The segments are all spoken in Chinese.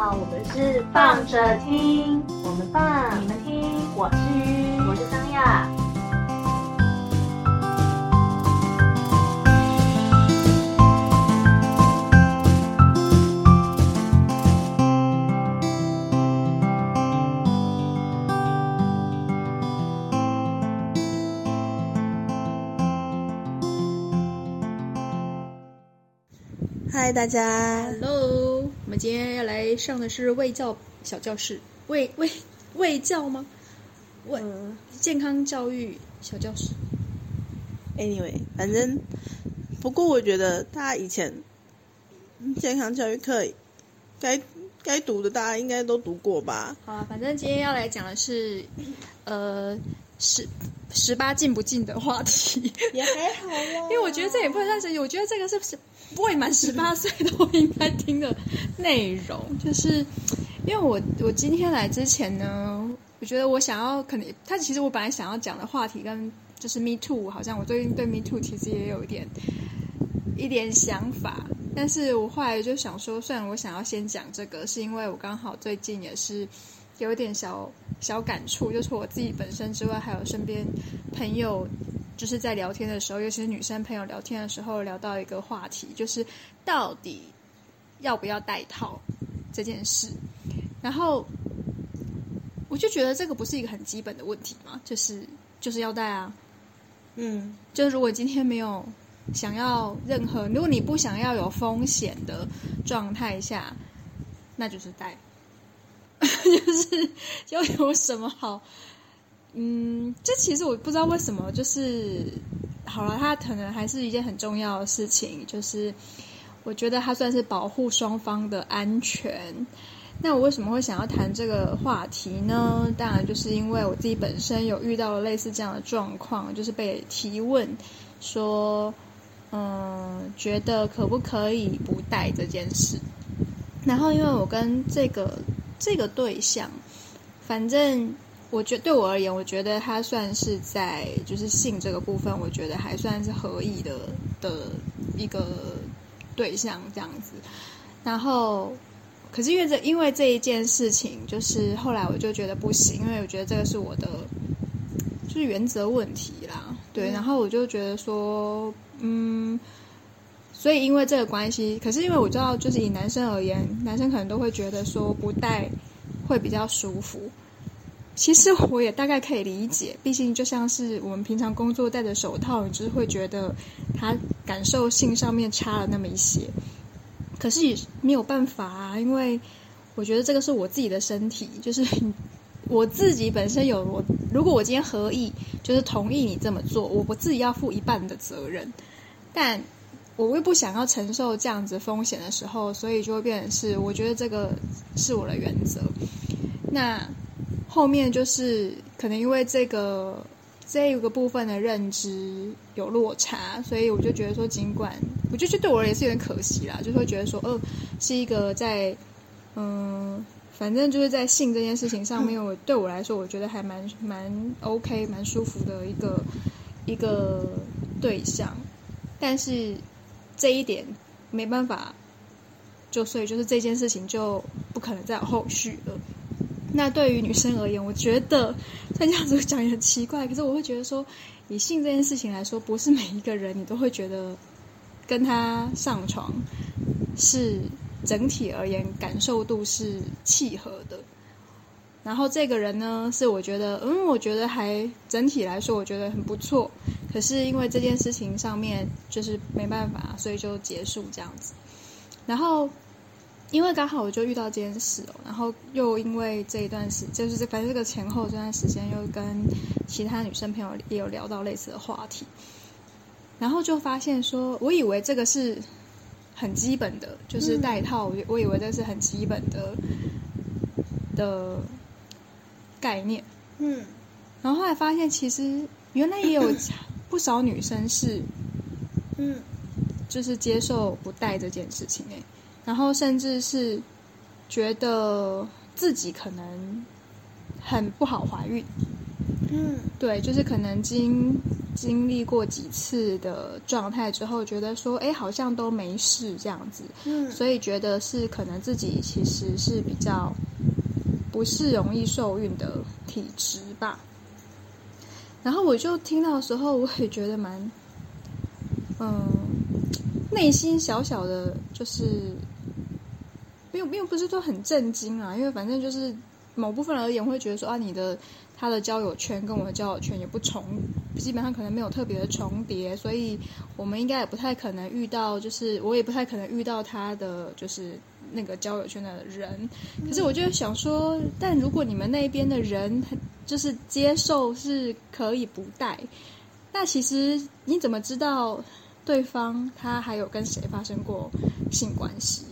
好，我们是放着听， 我们放， 你们听。 我是鱼， 我是桑亚。 嗨，大家 ，Hello，我们今天要来上的是卫教小教室，卫教吗？健康教育小教室。 Anyway， 反正不过我觉得大家以前健康教育课该读的，大家应该都读过吧？ 好啊，反正今天要来讲的是18禁不禁的话题， 也还好啊， 因为我觉得这也不能算是，我觉得这个是未满18岁都应该听的内容，就是因为我今天来之前呢，我觉得我想要其实我本来想要讲的话题跟就是 Me Too， 好像我最近对 Me Too 其实也有一点想法，但是我后来就想说，虽然我想要先讲这个，是因为我刚好最近也是有一点小感触，就除我自己本身之外，还有身边朋友，就是在聊天的时候，尤其是女生朋友聊天的时候，聊到一个话题，就是到底要不要戴套这件事。然后我就觉得这个不是一个很基本的问题嘛，就是要戴啊。就是如果今天没有想要如果你不想要有风险的状态下，那就是戴。就是又有什么好？这其实我不知道为什么，就是好了，它可能还是一件很重要的事情，就是我觉得它算是保护双方的安全。那我为什么会想要谈这个话题呢？当然就是因为我自己本身有遇到了类似这样的状况，就是被提问说，觉得可不可以不戴这件事。然后因为我跟这个对象，反正对我而言，我觉得他算是在就是性这个部分，我觉得还算是合意的一个对象这样子。然后可是因为这一件事情，就是后来我就觉得不行，因为我觉得这个是我的就是原则问题啦，对。然后我就觉得说，所以因为这个关系，可是因为我知道，就是以男生而言，男生可能都会觉得说不戴会比较舒服。其实我也大概可以理解，毕竟就像是我们平常工作戴着手套，你就是会觉得他感受性上面差了那么一些。可是也没有办法啊，因为我觉得这个是我自己的身体，就是我自己本身如果我今天合意，就是同意你这么做，我自己要负一半的责任，但我又不想要承受这样子风险的时候，所以就会变成是，我觉得这个是我的原则。那后面就是可能因为这个部分的认知有落差，所以我就觉得说，尽管我就觉得对我而言是有点可惜啦，就是会觉得说，是一个在反正就是在性这件事情上面，对我来说，我觉得还蛮 OK， 蛮舒服的一个对象，但是这一点没办法，所以就是这件事情就不可能再有后续了。那对于女生而言，我觉得这样子讲也很奇怪，可是我会觉得说，以性这件事情来说，不是每一个人你都会觉得跟他上床是整体而言感受度是契合的。然后这个人呢，是我觉得还整体来说我觉得很不错，可是因为这件事情上面就是没办法，所以就结束这样子。然后因为刚好我就遇到这件事然后又因为这一段时间，就是反正这个前后这段时间又跟其他女生朋友也有聊到类似的话题，然后就发现说，我以为这个是很基本的，就是戴套，我以为这是很基本的概念，然后后来发现其实原来也有不少女生是，就是接受不戴这件事情然后甚至是觉得自己可能很不好怀孕，对，就是可能经历过几次的状态之后，觉得说，好像都没事这样子，所以觉得是可能自己其实是比较不是容易受孕的体质吧。然后我就听到的时候，我也觉得蛮，内心小小的，就是并不是说很震惊啊，因为反正就是某部分而言会觉得说啊，他的交友圈跟我的交友圈也不基本上可能没有特别的重叠，所以我们应该也不太可能遇到，就是我也不太可能遇到他的就是那个交友圈的人。可是我就想说，但如果你们那边的人就是接受是可以不带，那其实你怎么知道对方他还有跟谁发生过性关系？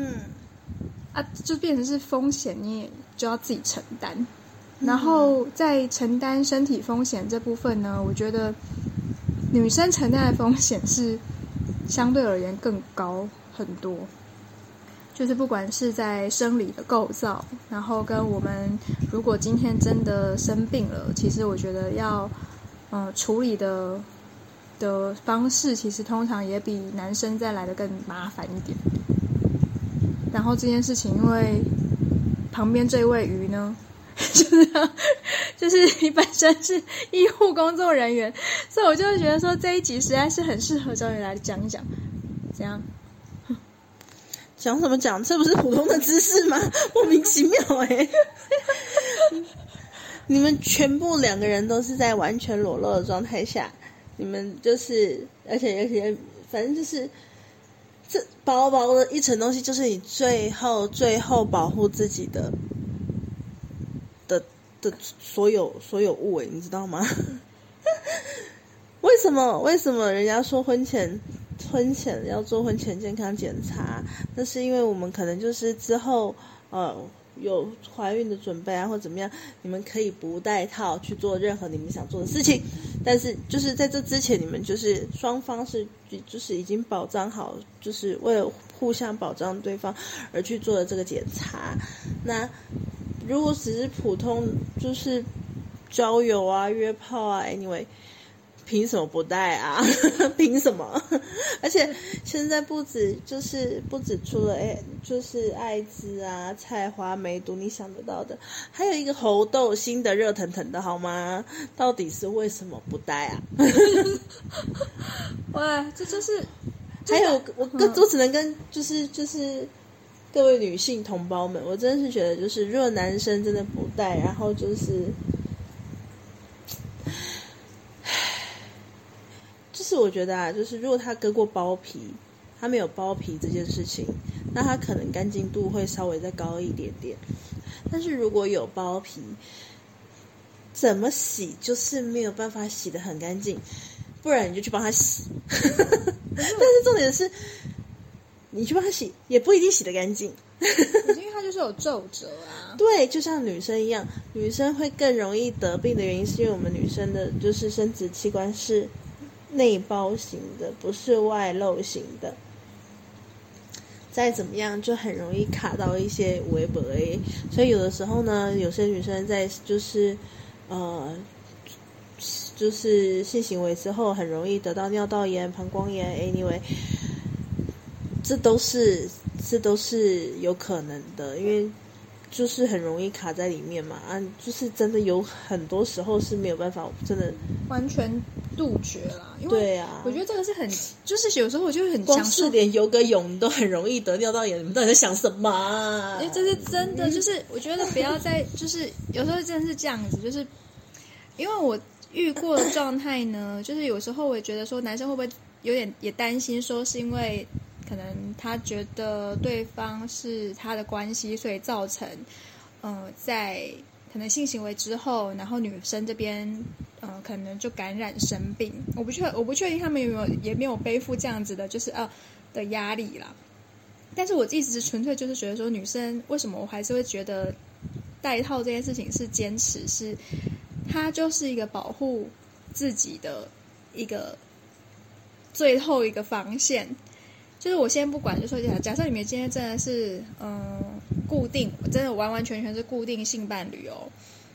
就变成是风险，你也就要自己承担。然后在承担身体风险这部分呢，我觉得女生承担的风险是相对而言更高很多。就是不管是在生理的构造，然后跟我们如果今天真的生病了，其实我觉得要处理的方式，其实通常也比男生再来的更麻烦一点。然后这件事情，因为旁边这位鱼呢，就是你本身是医护工作人员，所以我就会觉得说这一集实在是很适合找你来讲一讲。怎样？ 讲什么讲？这不是普通的知识吗？莫名其妙你们全部2个人都是在完全裸露的状态下，你们就是而且反正就是这薄薄的一层东西，就是你最后保护自己的所有物你知道吗？为什么人家说婚前要做婚前健康检查？那是因为我们可能就是之后有怀孕的准备啊，或怎么样，你们可以不带套去做任何你们想做的事情，但是就是在这之前，你们就是双方就是已经保障好，就是为了互相保障对方而去做的这个检查。那如果只是普通就是交友啊、约炮啊 anyway， 凭什么不带啊？凭什么？而且现在不止除了就是艾滋啊、菜花、梅毒，你想得到的，还有一个猴痘，新的热腾腾的好吗？到底是为什么不带啊？ 哇，这就是还有我只能跟就是各位女性同胞们，我真的是觉得，就是如果男生真的不带，然后就是我觉得啊，就是如果他割过包皮，他没有包皮这件事情，那他可能干净度会稍微再高一点点。但是如果有包皮，怎么洗就是没有办法洗得很干净，不然你就去帮他洗。但是重点是，你去帮他洗也不一定洗得干净。 因为它就是有皱褶啊。 对，就像女生一样，女生会更容易得病的原因是因为我们女生的就是生殖器官是内包型的，不是外露型的。再怎么样就很容易卡到一些微博所以有的时候呢，有些女生在就是性行为之后很容易得到尿道炎、膀胱炎 anyway， 这都是有可能的，因为就是很容易卡在里面嘛就是真的有很多时候是没有办法真的完全杜绝啦。因为对啊， 我觉得这个是很，就是有时候我就很光是连游个泳你都很容易得尿道炎，你们到底在想什么啊？ 因为这是真的，就是我觉得不要再就是有时候真的是这样子，就是因为我遇过的状态呢，就是有时候我也觉得说男生会不会有点也担心说是因为可能他觉得对方是他的关系，所以造成在可能性行为之后，然后女生这边可能就感染生病。我不确定他们也没有背负这样子的就是的压力啦。但是我一直纯粹就是觉得说，女生为什么我还是会觉得戴套这件事情是坚持，是它就是一个保护自己的一个最后一个防线。就是我先不管，就说假设你们今天真的是固定，真的完完全全是固定性伴侣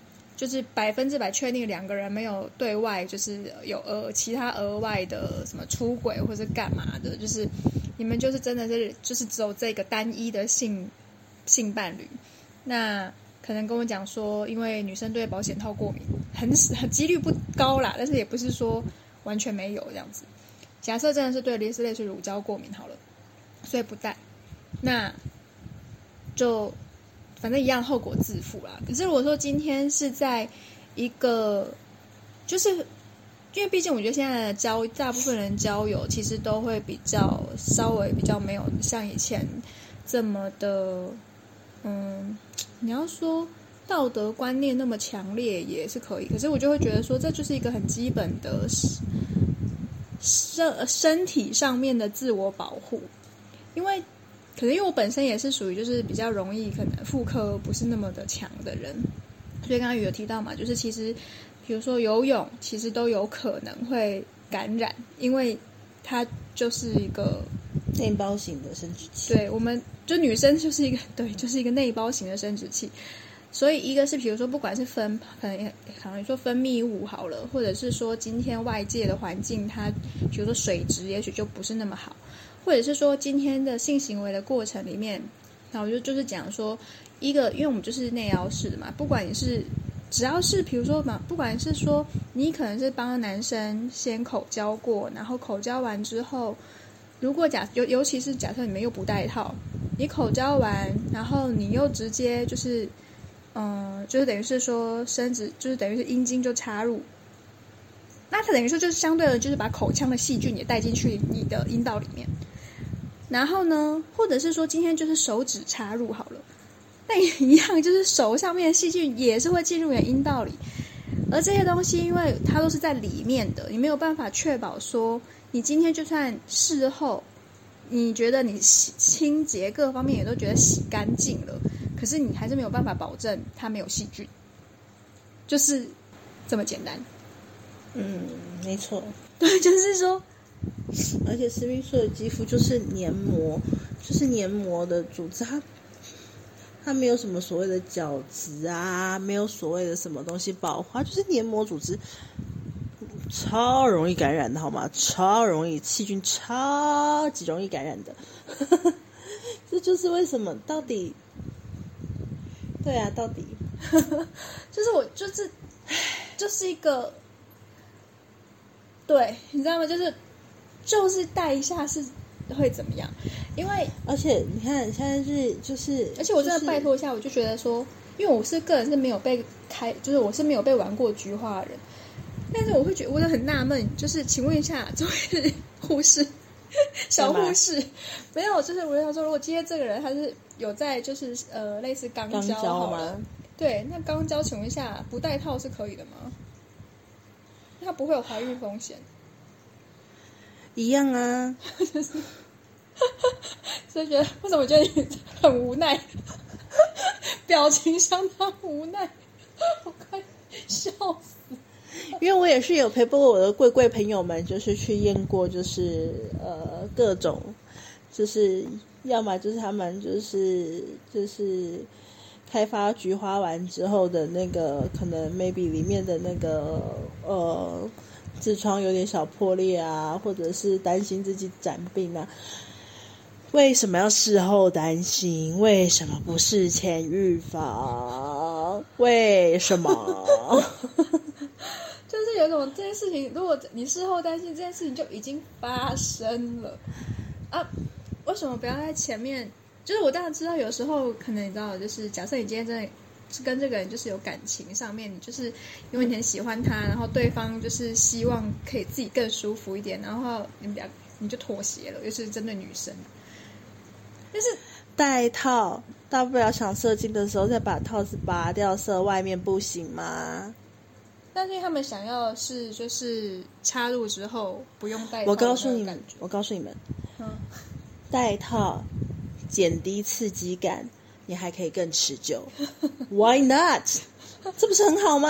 就是100%确定2个人没有对外就是有其他额外的什么出轨或是干嘛的，就是你们就是真的是就是只有这个单一的性伴侣，那可能跟我讲说，因为女生对保险套过敏，很几率不高啦，但是也不是说完全没有这样子。假设真的是对类似乳胶过敏好了，所以不戴，那就反正一样后果自负啦。可是如果说今天是在一个，就是因为毕竟我觉得现在的大部分人交友其实都会稍微比较没有像以前这么的，你要说道德观念那么强烈也是可以，可是我就会觉得说这就是一个很基本的身体上面的自我保护，因为可能因为我本身也是属于就是比较容易可能妇科不是那么的强的人，所以刚刚有提到嘛，就是其实比如说游泳其实都有可能会感染，因为它就是一个内包型的生殖器。 对，我们就女生就是一个内包型的生殖器。所以一个是比如说不管是可能说分泌物好了，或者是说今天外界的环境它比如说水质也许就不是那么好，或者是说今天的性行为的过程里面，那我就是讲说一个，因为我们就是内凹式的嘛，不管你是只要是比如说嘛，不管是说你可能是帮男生先口交过，然后口交完之后，如果尤其是假设你们又不戴套，你口交完然后你又直接就是就是等于是说生殖，就是等于是阴茎就插入，那它等于说就是相对的，就是把口腔的细菌也带进去你的阴道里面。然后呢，或者是说今天就是手指插入好了，那也一样，就是手上面的细菌也是会进入你的阴道里。而这些东西，因为它都是在里面的，你没有办法确保说，你今天就算事后，你觉得你清洁各方面也都觉得洗干净了。可是你还是没有办法保证它没有细菌，就是这么简单。 没错。 对，就是说， 而且私密处的肌肤就是黏膜，就是黏膜的组织，它没有什么所谓的角质啊，没有所谓的什么东西保护，它就是黏膜组织，超容易感染的好吗？超容易，细菌超级容易感染的。这就是为什么到底。对啊，到底就是我就是一个，对，你知道吗？就是带一下是会怎么样？因为而且你看现在就是， 而且我真的拜托一下，我就觉得说，因为我是个人是没有被就是我是没有被玩过菊花的人，但是我会觉得我很纳闷，就是请问一下，这位护士。小护士没有，就是我想说，如果今天这个人他是有在就是类似肛交好了，对，那肛交请问一下不戴套是可以的吗？他不会有怀孕风险？ 一样啊， 所以觉得为什么我觉得你很无奈，表情相当无奈，我快笑死。 因为我也是有陪过我的贵朋友们，就是去验过，就是各种，就是要么就是他们就是开发菊花完之后的那个可能 maybe 里面的那个痔疮有点小破裂啊，或者是担心自己染病啊。为什么要事后担心？为什么不事前预防？为什么？ 就是有一种这件事情，如果你事后担心，这件事情就已经发生了啊！为什么不要在前面？就是我当然知道，有时候可能你知道，就是假设你今天真的是跟这个人就是有感情上面，你就是因为你很喜欢他，然后对方就是希望可以自己更舒服一点，然后你就妥协了，尤其是针对女生。但是戴套，大不了想射精的时候再把套子拔掉，射外面不行吗？ 但是他们想要是就是插入之后不用戴套， 我告诉你们，戴套减低刺激感，你还可以更持久。Why not？ 这不是很好吗？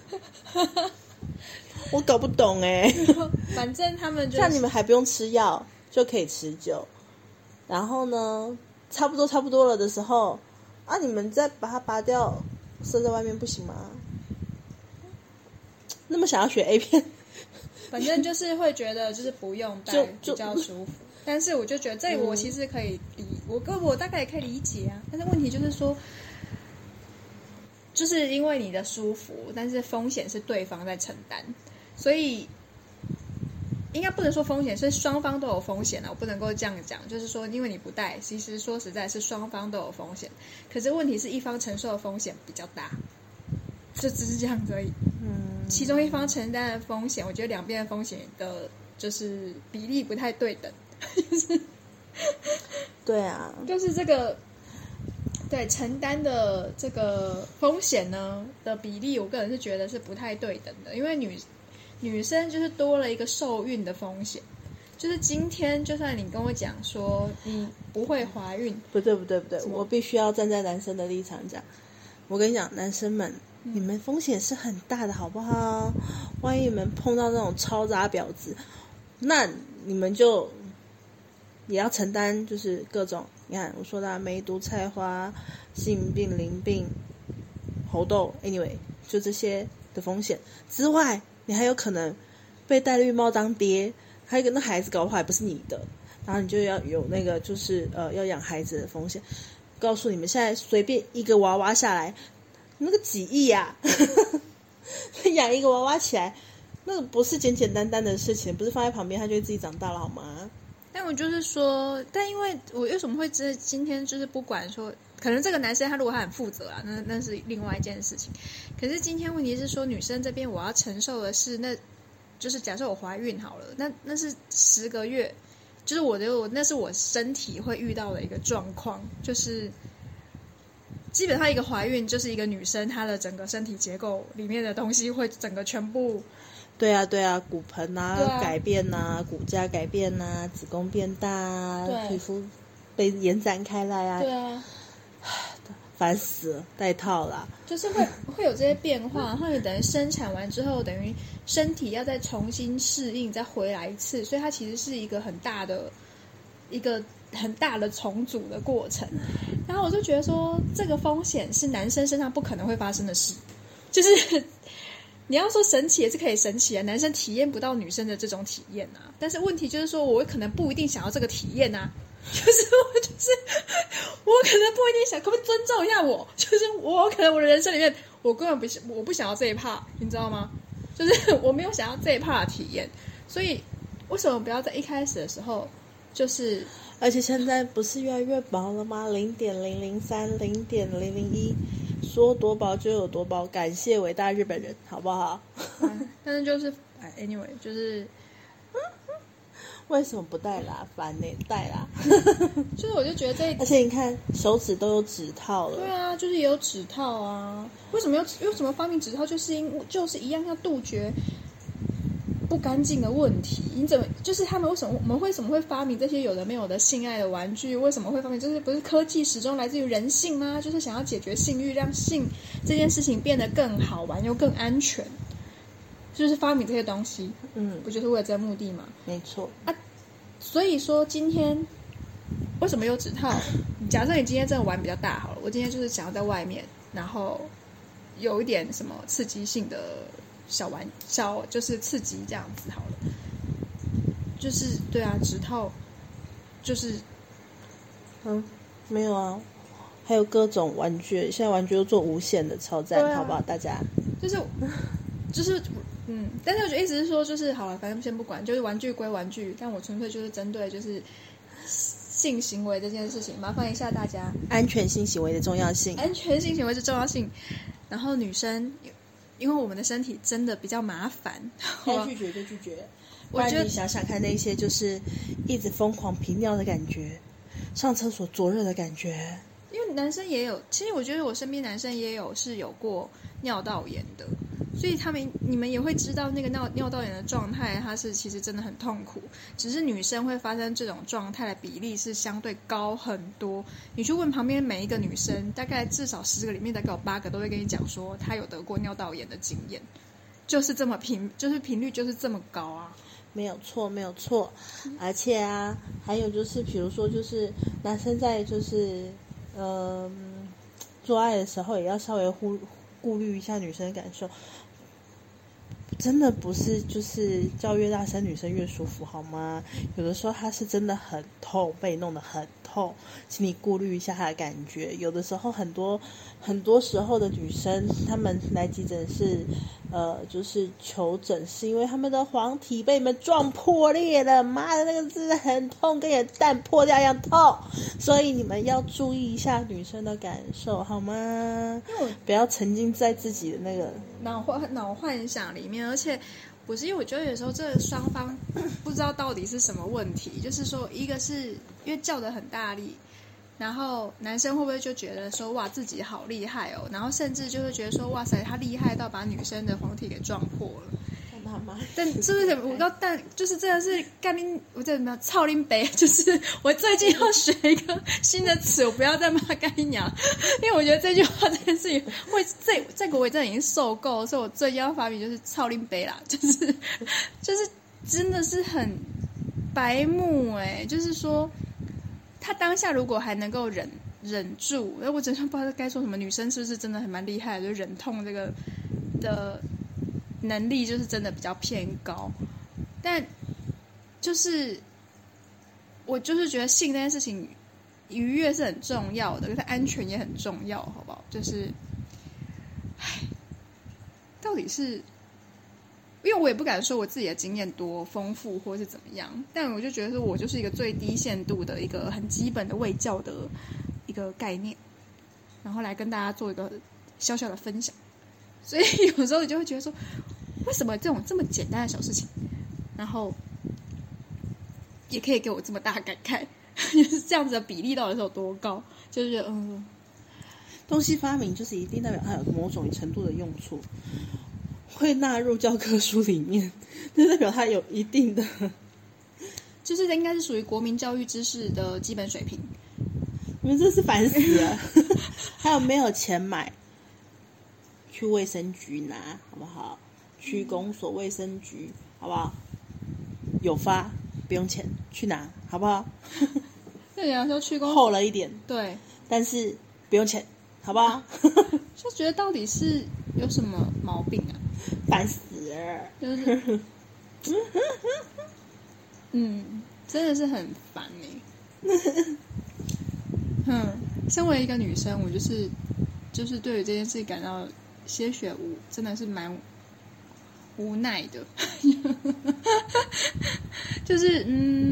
我搞不懂反正他们像你们还不用吃药就可以持久。然后呢，差不多了的时候啊，你们再把它拔掉，射在外面不行吗？ 那么想要学 A 片？ 反正就是会觉得就是不用戴比较舒服。但是我就觉得这我其实可以我大概也可以理解啊。但是问题就是说，就是因为你的舒服，但是风险是对方在承担，所以应该不能说风险，是双方都有风险啊。我不能够这样讲，就是说因为你不戴，其实说实在是双方都有风险。可是问题是一方承受的风险比较大，就只是这样子而已。其中一方承担的风险，我觉得两边的风险的就是比例不太对等。就是对啊， 就是这个对承担的这个风险呢的比例，我个人是觉得是不太对等的，因为女生就是多了一个受孕的风险。就是今天就算你跟我讲说你不会怀孕， 不对，我必须要站在男生的立场讲。我跟你讲，男生们，你们风险是很大的，好不好？万一你们碰到那种超渣婊子，那你们就也要承担，就是各种，你看我说的梅毒、菜花、性病、淋病、猴痘 ，anyway， 就这些的风险之外，你还有可能被戴绿帽当爹，还有一个那孩子搞不好还不是你的，然后你就要有那个就是要养孩子的风险。告诉你们，现在随便一个娃娃下来，那个几亿啊，养一个娃娃起来，那个不是简简单单的事情，不是放在旁边它就会自己长大了好吗？ 但我就是说，但因为我为什么会今天就是不管说，可能这个男生他如果他很负责啊，那是另外一件事情。可是今天问题是说，女生这边我要承受的是，那就是假设我怀孕好了，那是10个月，就是那是我身体会遇到的一个状况，就是基本上一个怀孕就是一个女生她的整个身体结构里面的东西会整个全部。 对啊，骨盆改变骨架改变子宫变大皮肤被延展开来对啊， 烦死了，戴套啦。 就是会有这些变化，然后你等于生产完之后，等于身体要再重新适应，再回来一次，所以它其实是一个很大的重组的过程。然后我就觉得说，这个风险是男生身上不可能会发生的事，就是你要说神奇也是可以神奇啊，男生体验不到女生的这种体验啊。但是问题就是说，我可能不一定想要这个体验啊，我可能不一定想，可不可以尊重一下我？就是我可能我的人生里面，我根本我不想要这一 part， 你知道吗？就是我没有想要这一 part 的体验，所以为什么不要在一开始的时候就是？ 而且现在不是越来越薄了吗？0.003、0.001，说多薄就有多薄，感谢伟大日本人，好不好？ 但是就是，anyway， 就是。 为什么不戴啦？烦呢，戴啦！ 就是我就觉得而且你看手指都有指套了。 对啊，就是也有指套啊。为什么发明指套？就是一样要杜绝不干净的问题。你怎么就是我们为什么会发明这些有的没有的性爱的玩具？为什么会发明？就是不是科技始终来自于人性吗？就是想要解决性欲，让性这件事情变得更好玩又更安全。就是发明这些东西，不就是为了这个目的吗？ 没错啊，所以说今天为什么有指套？假设你今天真的玩比较大好了，我今天就是想要在外面，然后有一点什么刺激性的小就是刺激这样子好了，就是对啊，指套就是没有啊，还有各种玩具，现在玩具都做无线的，超赞，好不好？大家就是但是我觉得意思是说，就是好了，反正先不管，就是玩具归玩具，但我纯粹就是针对就是性行为这件事情，麻烦一下大家， 安全性行为的重要性， 安全性行为的重要性。然后女生，因为我们的身体真的比较麻烦， 该拒绝就拒绝。我觉得你想想看，那些就是一直疯狂频尿的感觉，上厕所灼热的感觉。 因为男生也有，其实我觉得我身边男生也有是有过尿道炎的，所以你们也会知道那个尿道炎的状态，它是其实真的很痛苦。只是女生会发生这种状态的比例是相对高很多。你去问旁边每一个女生，大概至少10个里面大概有8个都会跟你讲说，她有得过尿道炎的经验，就是这么就是频率就是这么高啊。 没有错，而且啊，还有就是比如说就是男生在就是做爱的时候也要稍微顾虑一下女生的感受， 真的不是就是叫越大声女生越舒服好吗？有的时候她是真的很痛，被弄得很痛，请你顾虑一下她的感觉。有的时候很多时候的女生，她们来急诊室，就是求诊，是因为她们的黄体被你们撞破裂了，妈的那个真的很痛，跟你的蛋破掉一样痛，所以你们要注意一下女生的感受好吗？不要沉浸在自己的那个脑幻想里面，而且不是因为我觉得有时候这双方不知道到底是什么问题，就是说一个是因为叫得很大力，然后男生会不会就觉得说哇自己好厉害哦，然后甚至就会觉得说哇塞他厉害到把女生的黄体给撞破了。但就是我到但就是真的是干拎，我这没有操拎北，就是我最近要学一个新的词，我不要再骂干拎娘，因为我觉得这句话这件事情会这个我真的已经受够了，所以我最近要发明就是操拎北啦，就是真的是很白目就是说他当下如果还能够忍住，我真的不知道该说什么，女生是不是真的还蛮厉害的，就忍痛这个的能力就是真的比较偏高，但就是我就是觉得性这件事情愉悦是很重要的，可是安全也很重要，好不好？就是到底是因为我也不敢说我自己的经验多丰富或是怎么样，但我就觉得说我就是一个最低限度的一个很基本的卫教的一个概念，然后来跟大家做一个小小的分享。所以有时候你就会觉得说为什么这种这么简单的小事情然后也可以给我这么大感慨，就是这样子的比例到底是有多高，就是觉得东西发明就是一定代表它有某种程度的用处，会纳入教科书里面，就代表它有一定的， 就是应该是属于国民教育知识的基本水平。 你们真是烦死了还有没有钱买去卫生局拿好不好？区公所卫生局好不好？有发不用钱去拿好不好？ 对呀，说区公厚了一点， 对， 但是不用钱好不好？ 就觉得到底是有什么毛病啊？ 烦死了， 就是真的是很烦身为一个女生，我就是对于这件事感到些许真的是蛮无奈的就是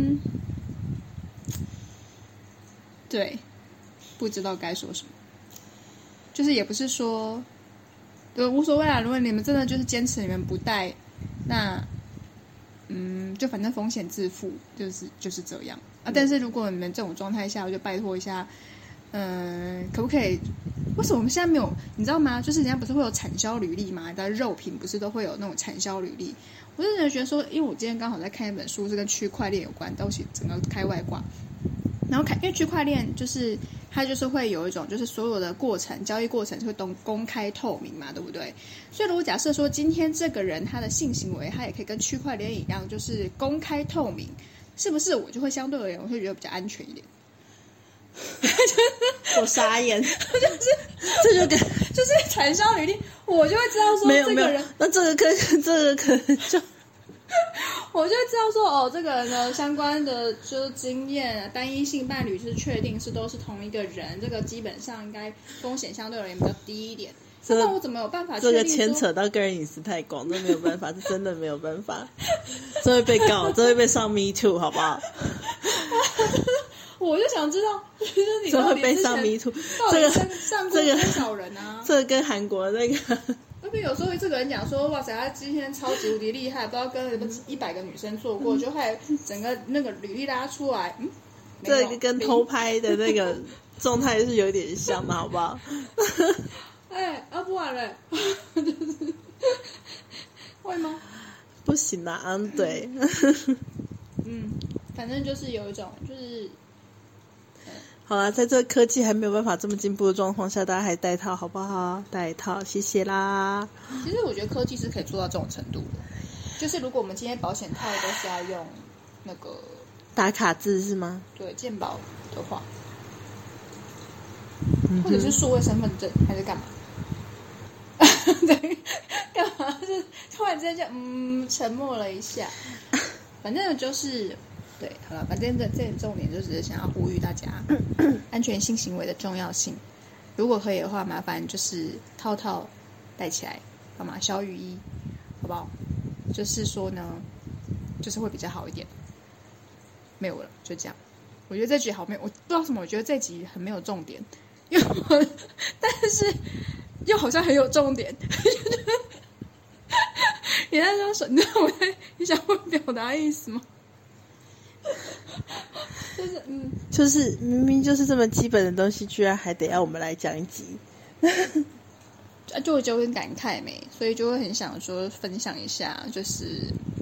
对，不知道该说什么，就是也不是说无所谓啦，如果你们真的就是坚持你们不带，那就反正风险自负，就是这样啊。但是如果你们这种状态下，我就拜托一下可不可以？为什么我们现在没有？你知道吗？就是人家不是会有产销履历吗？在肉品不是都会有那种产销履历？我就真的觉得说，因为我今天刚好在看一本书，是跟区块链有关，都是整个开外挂。然后因为区块链就是它就是会有一种就是所有的过程交易过程会都公开透明嘛，对不对？所以如果假设说今天这个人他的性行为他也可以跟区块链一样就是公开透明，是不是我就会相对而言我会觉得比较安全一点？ 我傻眼， 就是产销履历，我就会知道说这个人， 那这个可能就我就会知道说这个人的相关的就是经验，单一性伴侣是确定是都是同一个人，这个基本上应该风险相对而言比较低一点。那我怎么有办法确定这个牵扯到个人隐私太广，这没有办法，这真的没有办法，这会被告，这会被上 Me Too 好不好？ 我就想知道，就是你这会被上 Me Too， 这个上过多少人啊？ 这个跟韩国那个， 那边有时候这个人讲说，哇塞，他今天超级无敌厉害，不知道跟什么100个女生做过，就还整个那个履历拉出来， 这个跟偷拍的那个状态是有点像的，好不好？ 不然嘞，就是会吗？ 不行啊，对， 反正就是有一种就是好啦，在这个科技还没有办法这么进步的状况下，大家还戴套好不好？戴套，谢谢啦。 其实我觉得科技是可以做到这种程度的，就是如果我们今天保险套都是要用那个打卡字是吗？ 对，健保的话，或者是数位身份证还是干嘛？ 对，干嘛？就突然之间就沉默了一下。反正就是对，好了，反正这重点就是想要呼吁大家安全性行为的重要性。如果可以的话，麻烦就是套套戴起来，好吗？小雨衣，好不好？就是说呢，就是会比较好一点。没有了，就这样。我觉得这集好没有，我不知道什么，我觉得这集很没有重点，但是又好像很有重点。你在说什么？你想会表达意思吗？ 就是明明就是这么基本的东西，居然还得要我们来讲一集， 就很感慨没，所以就会很想说分享一下，就是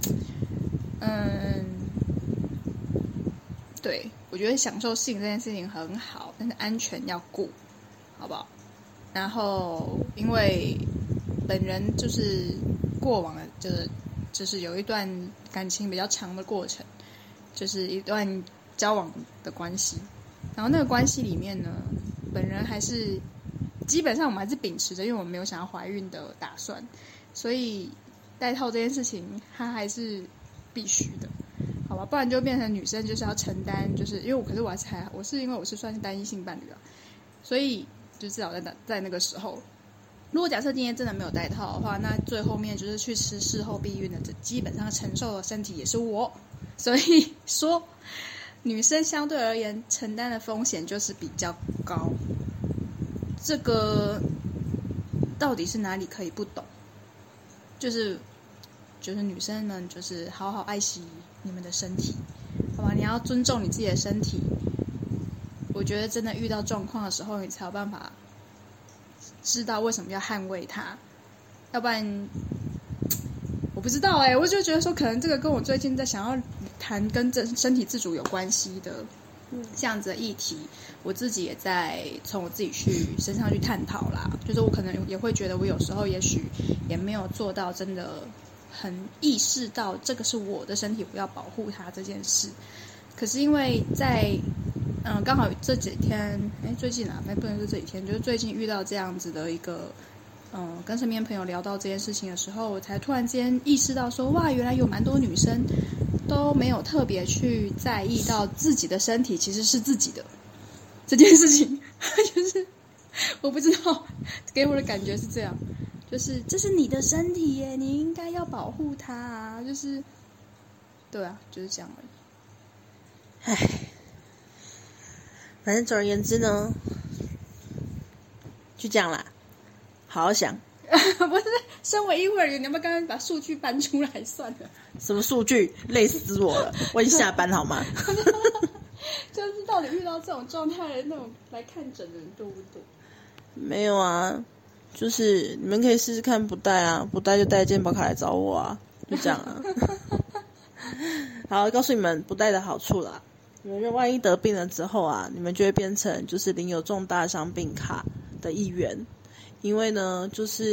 对，我觉得享受性这件事情很好，但是安全要顾，好不好？然后因为本人就是过往的就是有一段感情比较长的过程，就是一段交往的关系，然后那个关系里面呢，本人还是基本上我们还是秉持着，因为我们没有想要怀孕的打算，所以戴套这件事情它还是必须的，好吧？不然就变成女生就是要承担，就是因为我是因为我是算是单一性伴侣啊，所以就至少在那个时候，如果假设今天真的没有戴套的话，那最后面就是去吃事后避孕的，基本上承受的身体也是我，所以说女生相对而言承担的风险就是比较高。这个到底是哪里可以不懂？就是女生们就是好好爱惜你们的身体，好吧？你要尊重你自己的身体。我觉得真的遇到状况的时候，你才有办法知道为什么要捍卫它，要不然我不知道我就觉得说，可能这个跟我最近在想要谈跟身体自主有关系的这样子的议题，我自己也在从我自己身上去探讨啦。就是我可能也会觉得，我有时候也许也没有做到真的很意识到这个是我的身体，我要保护它这件事。可是因为在刚好这几天，最近不能说这几天，就是最近遇到这样子的一个跟身边朋友聊到这件事情的时候，我才突然间意识到说，哇，原来有蛮多女生都没有特别去在意到自己的身体其实是自己的这件事情。就是我不知道，给我的感觉是这样，就是这是你的身体耶，你应该要保护它啊，就是对啊，就是这样而已。 唉，反正总而言之呢，就这样啦，好好想。 不是，身为医护人员，你要不要刚刚把数据搬出来算了？ 什么数据？累死我了！我已经下班好吗？ 就是到底遇到这种状态的那种来看诊的人多不多？ 没有啊，就是你们可以试试看不戴啊，不戴就带健保卡来找我啊，就这样啊。好，告诉你们不戴的好处啦。你们万一得病了之后啊，你们就会变成就是领有重大伤病卡的一员。因为呢，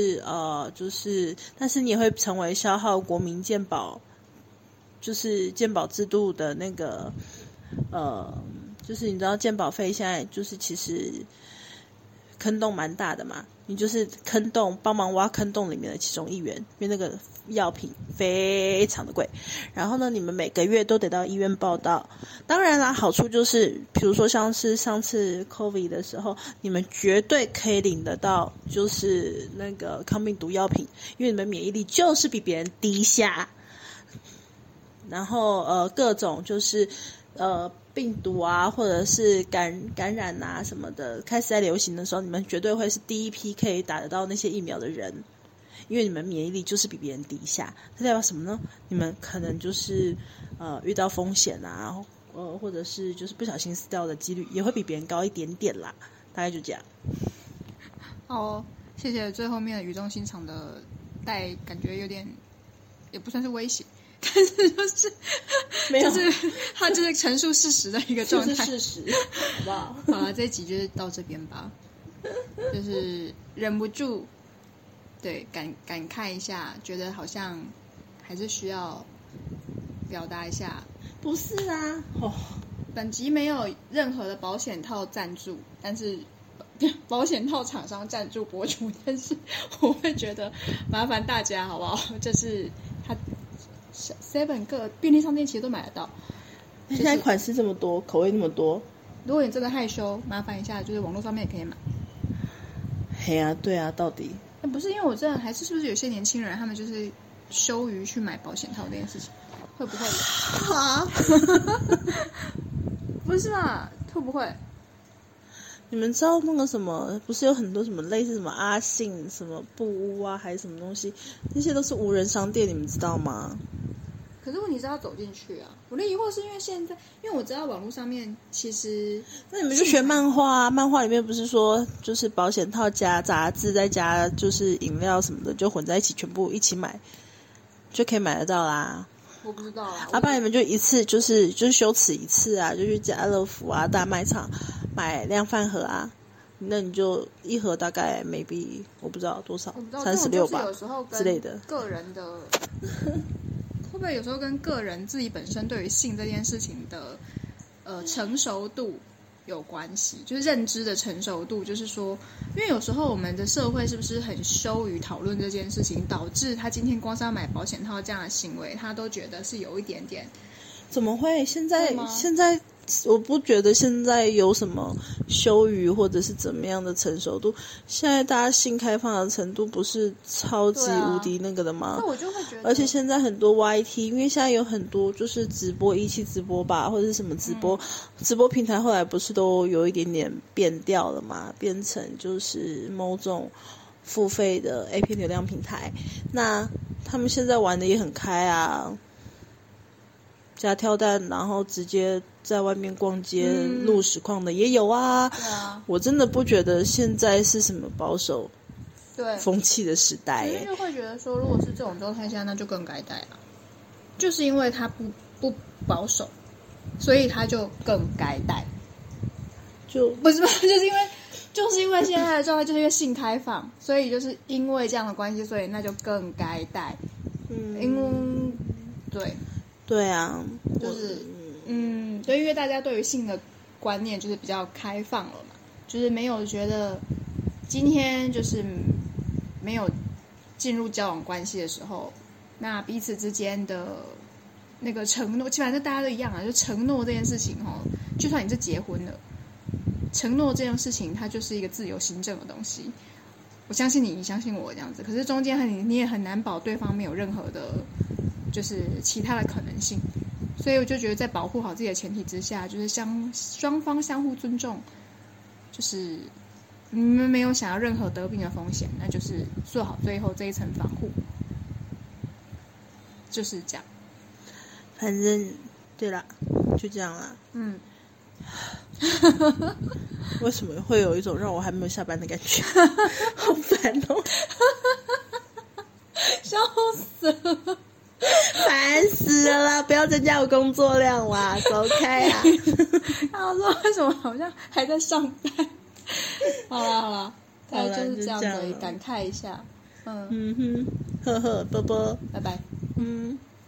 但是你也会成为消耗国民健保，就是健保制度的那个，就是你知道健保费现在就是其实坑洞蛮大的嘛，你就是坑洞帮忙挖坑洞里面的其中一员，因为那个药品非常的贵，然后呢，你们每个月都得到医院报到。当然啦，好处就是，比如说像是上次 COVID 的时候，你们绝对可以领得到，就是那个抗病毒药品，因为你们免疫力就是比别人低下。然后各种就是病毒啊，或者是感染啊什么的，开始在流行的时候，你们绝对会是第一批可以打得到那些疫苗的人。因为你们免疫力就是比别人低下，这代表什么呢？你们可能就是遇到风险啊，或者是就是不小心死掉的几率也会比别人高一点点啦，大概就这样。 好，谢谢最后面的语重心长的带，感觉有点也不算是威胁，但是就是没有， 就是他就是陈述事实的一个状态， 就是事实，好不好？ 好了，这一集就是到这边吧，就是忍不住。对，感慨一下，觉得好像还是需要表达一下。 不是啊， 本集没有任何的保险套赞助，但是保险套厂商赞助播出，但是我会觉得麻烦大家好不好？就是它 Seven 各便利商店其实都买得到。 现在款式这么多，口味那么多， 如果你真的害羞，麻烦一下，就是网络上面也可以买。 嘿啊，对啊，到底不是因为我真的还是不是有些年轻人他们就是羞于去买保险套这件事情，会不会？ 啊？ 不是嘛？会不会？ 你们知道那个什么，不是有很多什么类似什么阿信什么布屋啊，还是什么东西，那些都是无人商店，你们知道吗？ 可是问题是要走进去啊！我的疑惑是因为现在，因为我知道网络上面其实， 那你们就学漫画啊，漫画里面不是说就是保险套加杂志再加就是饮料什么的，就混在一起，全部一起买，就可以买得到啦。 我不知道啊。 不然你们就一次就是羞耻一次啊，就去家乐福啊、大卖场买量贩盒啊，那你就一盒大概 maybe 我不知道多少，36吧之类的。 个人的会不会有时候跟个人自己本身对于性这件事情的成熟度有关系，就是认知的成熟度，就是说，因为有时候我们的社会是不是很羞于讨论这件事情，导致他今天光是要买保险套这样的行为，他都觉得是有一点点。 怎么会？现在我不觉得现在有什么羞于或者是怎么样的成熟度。现在大家性开放的程度不是超级无敌那个的吗？ 那我就会觉得， 而且现在很多 YT， 因为现在有很多就是直播1期直播吧，或者是什么直播平台，后来不是都有一点点变调了嘛，变成就是某种付费的 A 片流量平台。那他们现在玩的也很开啊。加跳蛋，然后直接在外面逛街录实况的也有啊。 对啊， 我真的不觉得现在是什么保守对风气的时代因为就会觉得说，如果是这种状态下，那就更该戴了。就是因为他不保守，所以他就更该戴。 就不是吧？就是因为现在的状态，就是因为性开放，所以就是因为这样的关系，所以那就更该戴。 对啊， 就是就因为大家对于性的观念就是比较开放了嘛，就是没有觉得今天就是没有进入交往关系的时候，那彼此之间的那个承诺，基本上大家都一样啊，就承诺这件事情就算你是结婚了，承诺这件事情它就是一个自由行政的东西。我相信你，你相信我这样子，可是中间你也很难保对方没有任何的就是其他的可能性，所以我就觉得在保护好自己的前提之下，就是双方相互尊重，就是你们没有想要任何得病的风险，那就是做好最后这一层防护，就是这样。 反正对啦，就这样啦。为什么会有一种让我还没有下班的感觉？好烦哦！ 笑死了！ 烦死了啦！不要增加我工作量啦，走开啊！ 他说为什么好像还在上班？好啦，大概就是这样子，感慨一下。 呵呵，啵啵， 拜拜。